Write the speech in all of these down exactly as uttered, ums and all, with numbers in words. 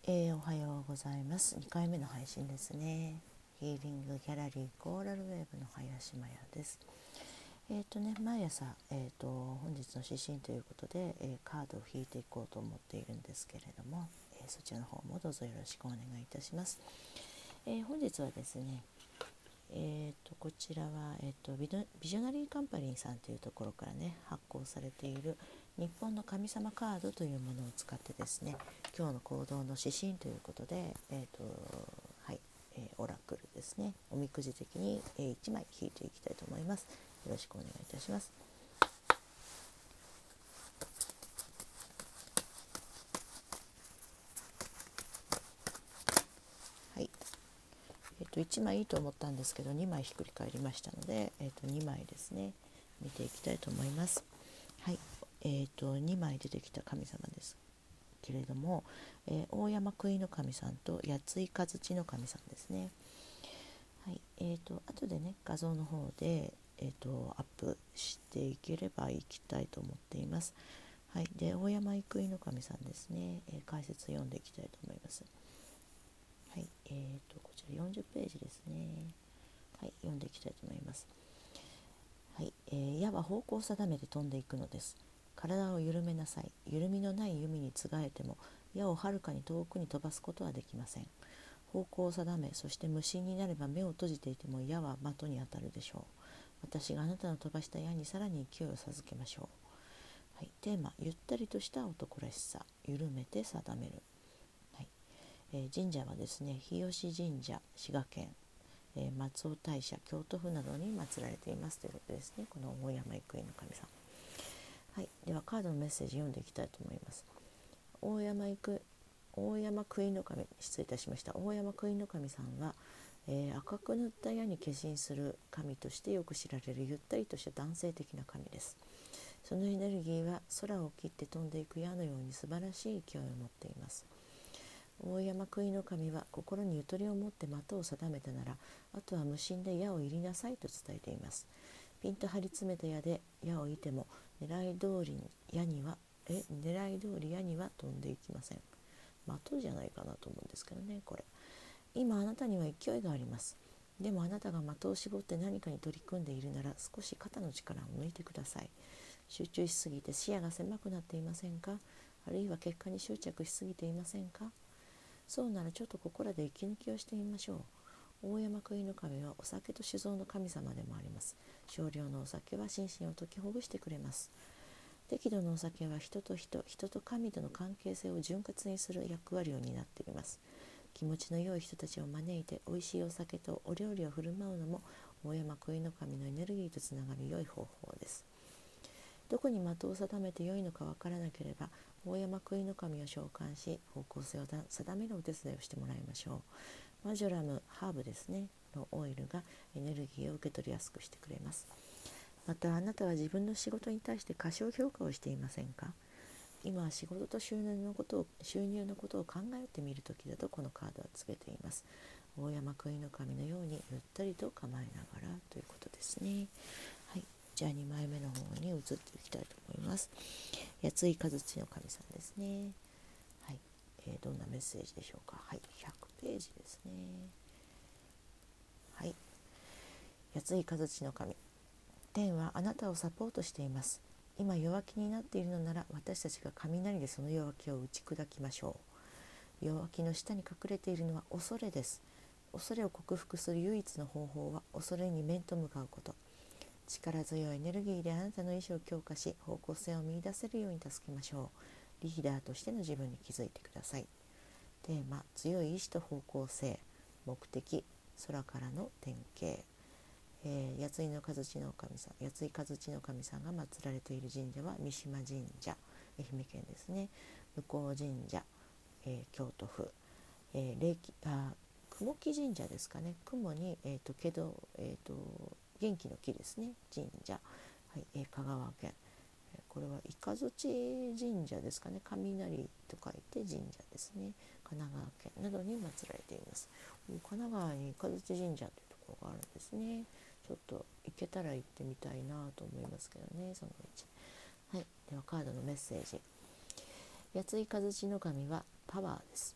えー、おはようございます。にかいめの配信ですね。ヒーリングギャラリーコーラルウェーブの林真也です。えっ、ー、とね毎朝、えー、と本日の指針ということで、えー、カードを引いていこうと思っているんですけれども、えー、そちらの方もどうぞよろしくお願いいたします。えー、本日はですねえー、とこちらは、えー、とビビジョナリーカンパニーさんというところからね発行されている日本の神様カードというものを使ってですね、今日の行動の指針ということで、えーとはいえー、オラクルですね、おみくじ的に、えー、いちまい引いていきたいと思います。よろしくお願いいたします。はい、えー、といちまいいいと思ったんですけどにまいひっくり返りましたので、えー、とにまいですね見ていきたいと思います。はい、えー、とにまい出てきた神様ですけれども、えー、大山杭の神さんと八井和地の神さんですね。はい、えーと後でね画像の方で、えーとアップしていければいきたいと思っています。はい、で大山杭の神さんですね、えー、解説読んでいきたいと思います。はい、えーとこちらよんじゅっページですね。はい、読んでいきたいと思います。はい、えー、矢は方向を定めて飛んでいくのです。体を緩めなさい。緩みのない弓につがえても矢をはるかに遠くに飛ばすことはできません。方向を定め、そして無心になれば目を閉じていても矢は的に当たるでしょう。私があなたの飛ばした矢にさらに勢いを授けましょう。はい、テーマ、ゆったりとした男らしさ、緩めて定める。はい、えー、神社はですね、日吉神社、滋賀県、えー、松尾大社、京都府などに祀られていますということですね。この大山育英の神さん。はい、ではカードのメッセージ読んでいきたいと思います。大山育大山杭の神、失礼いたしました。大山杭の神さんは、えー、赤く塗った矢に化身する神としてよく知られるゆったりとした男性的な神です。そのエネルギーは空を切って飛んでいく矢のように素晴らしい勢いを持っています。大山杭の神は心にゆとりを持って的を定めたなら、あとは無心で矢を射りなさいと伝えています。ピンと張り詰めた矢で矢を射ても狙い通りに矢にはえ狙い通り矢には飛んでいきません。的じゃないかなと思うんですけどね。これ今あなたには勢いがあります。でもあなたが的を絞って何かに取り組んでいるなら、少し肩の力を抜いてください。集中しすぎて視野が狭くなっていませんか？あるいは結果に執着しすぎていませんか？そうならちょっとここらで息抜きをしてみましょう。大山杭の神はお酒と酒造の神様でもあります。少量のお酒は心身を解きほぐしてくれます。適度のお酒は人と人、人と神との関係性を潤滑にする役割を担っています。気持ちの良い人たちを招いておいしいお酒とお料理を振る舞うのも大山杭の神のエネルギーとつながる良い方法です。どこに的を定めて良いのかわからなければ、大山杭の神を召喚し、方向性を定めるお手伝いをしてもらいましょう。マジョラム、ハーブですね、のオイルがエネルギーを受け取りやすくしてくれます。またあなたは自分の仕事に対して過小評価をしていませんか？今は仕事と収入のことを収入のことを考えてみるときだとこのカードは告げています。大山杭の神のようにゆったりと構えながらということですね。はい、じゃあにまいめの方に移っていきたいと思います。八井和地の神さんですね。はい、えー、どんなメッセージでしょうか。はい、ひゃくページですね。はい、八井和地の神。天はあなたをサポートしています。今弱気になっているのなら、私たちが雷でその弱気を打ち砕きましょう。弱気の下に隠れているのは恐れです。恐れを克服する唯一の方法は恐れに面と向かうこと。力強いエネルギーであなたの意志を強化し、方向性を見出せるように助けましょう。リーダーとしての自分に気づいてください。テーマ、強い意志と方向性。目的、空からの典型。えー、八井の和地の神さん、八井和地の神さんが祀られている神社は三島神社、愛媛県ですね。向神社、えー、京都府、えー、霊気あ雲木神社ですかね。雲に、えーとけどえーと元気の木ですね。神社、はい、えー、香川県、えー、これは伊香槌神社ですかね。雷と書いて神社ですね。神奈川県などに祀られています。神奈川に伊香槌神社というところがあるんですね。ちょっと行けたら行ってみたいなと思いますけどね、そのうち。はい、ではカードのメッセージ。八井和地の神はパワーです。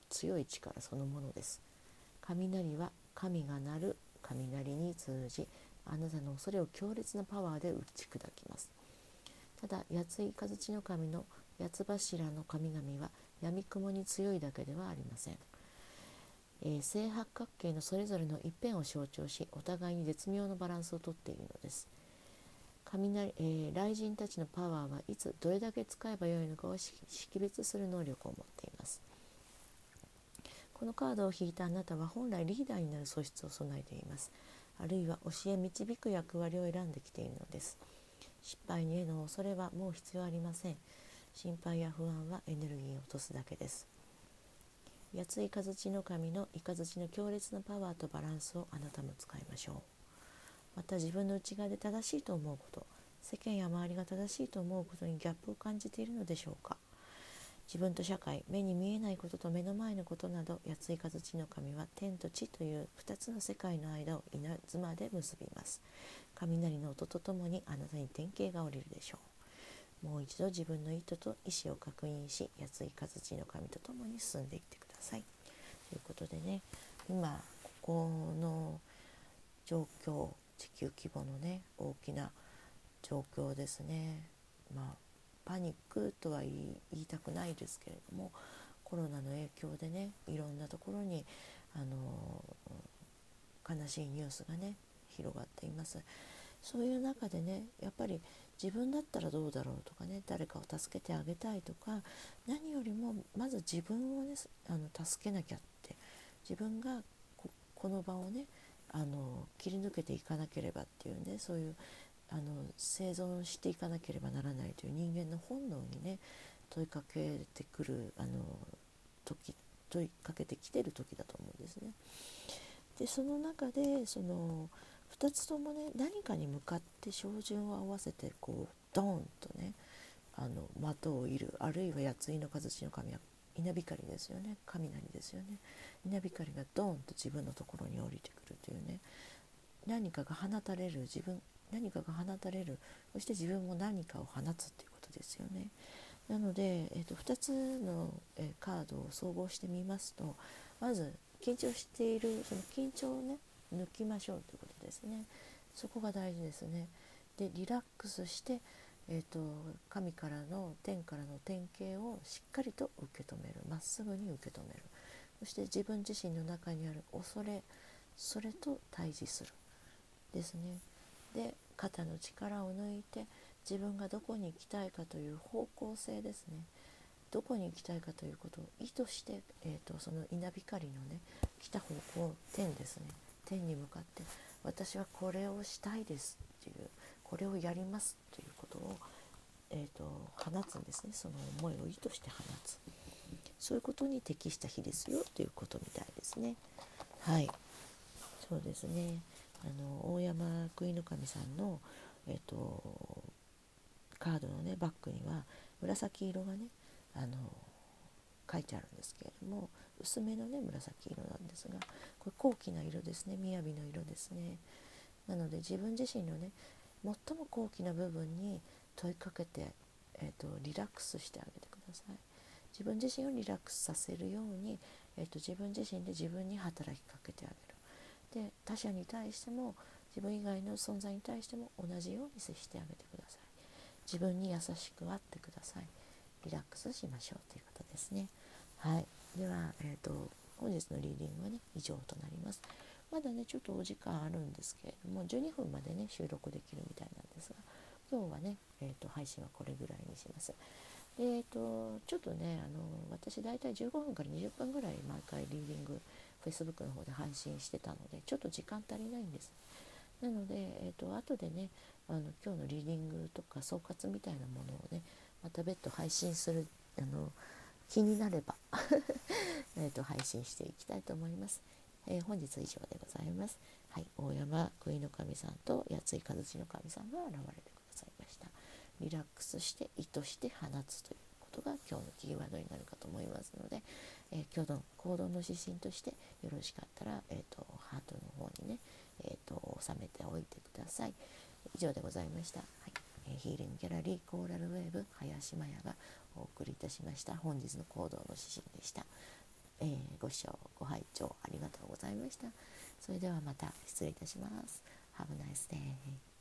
強い力そのものです。雷は神が鳴る雷に通じ、あなたの恐れを強烈なパワーで打ち砕きます。ただ八つ雷の神の八つ柱の神々は闇雲に強いだけではありません。えー、正八角形のそれぞれの一辺を象徴し、お互いに絶妙のバランスをとっているのです。雷、えー、雷神たちのパワーはいつどれだけ使えばよいのかを識別する能力を持っています。このカードを引いたあなたは本来リーダーになる素質を備えています。あるいは教え導く役割を選んできているのです。失敗にへの恐れはもう必要ありません。心配や不安はエネルギーを落とすだけです。八つ雷の神の雷の強烈なパワーとバランスをあなたも使いましょう。また自分の内側で正しいと思うこと、世間や周りが正しいと思うことにギャップを感じているのでしょうか。自分と社会、目に見えないことと目の前のことなど、八つ雷の神は天と地という二つの世界の間を稲妻で結びます。雷の音とともにあなたに典型が降りるでしょう。もう一度自分の意図と意思を確認し、八つ雷の神とともに進んでいってください。ということでね、今ここの状況、地球規模のね大きな状況ですね。まあパニックとは言い、言いたくないですけれども、コロナの影響でね、いろんなところにあの悲しいニュースがね広がっています。そういう中でね、やっぱり自分だったらどうだろうとかね、誰かを助けてあげたいとか、何よりもまず自分をねあの助けなきゃって、自分が こ, この場をねあの切り抜けていかなければっていうね、そういうあの生存していかなければならないという人間の本能にね問いかけてくるあの時問いかけてきてる時だと思うんですね。でその中でそのふたつともね何かに向かって照準を合わせてこうドーンとねあの的を射る、あるいは八つの雷の神は稲光ですよね、雷ですよね。稲光がドーンと自分のところに降りてくるというね、何かが放たれる、自分何かが放たれる、そして自分も何かを放つということですよね。なので、えーと、ふたつの、えー、カードを総合してみますと、まず緊張しているその緊張をね抜きましょうということですね。そこが大事ですね。でリラックスして、えーと、神からの天からの典型をしっかりと受け止める、まっすぐに受け止める、そして自分自身の中にある恐れ、それと対峙するですね。で肩の力を抜いて自分がどこに行きたいかという方向性ですね。どこに行きたいかということを意図して、えーと、その稲光のね来た方向、天ですね、天に向かって私はこれをしたいですっていう、これをやりますということを、えーと、放つんですね。その思いを意図して放つ、そういうことに適した日ですよということみたいですね。はい、そうですね。あの大山国の神さんの、えーと、カードのねバッグには紫色がねあの書いてあるんですけれども、薄めのね紫色なんですが、これ高貴な色ですね、雅の色ですね。なので自分自身のね最も高貴な部分に問いかけて、えーと、リラックスしてあげてください。自分自身をリラックスさせるように、えーと、自分自身で自分に働きかけてあげる。で他者に対しても自分以外の存在に対しても同じように接してあげてください。自分に優しくあってください。リラックスしましょうということですね。はい、では、えーと、本日のリーディングはね以上となります。まだねちょっとお時間あるんですけれども、じゅうにふんまでね収録できるみたいなんですが、今日はね、えーと、配信はこれぐらいにします。で、えーと、ちょっとねあの私だいたいじゅうごふんからにじゅっぷんぐらい毎回リーディング Facebook の方で配信してたので、ちょっと時間足りないんです。なので、えーと、後でねあの今日のリーディングとか総括みたいなものをねまた別途配信するあの気になればえと配信していきたいと思います。えー、本日は以上でございます。はい、大山国の神さんと八つ雷の神さんが現れてくださいました。リラックスして意図して放つということが今日のキーワードになるかと思いますので、えー、今日の行動の指針としてよろしかったら、えー、とハートの方にね、えー、と収めておいてください。以上でございました。はい、えー、ヒーリングギャラリーコーラルウェーブ林真也がお送りいたしました。本日の行動の指針でした。 えー、ご視聴ご拝聴ありがとうございました。それではまた失礼いたします。Have a nice day.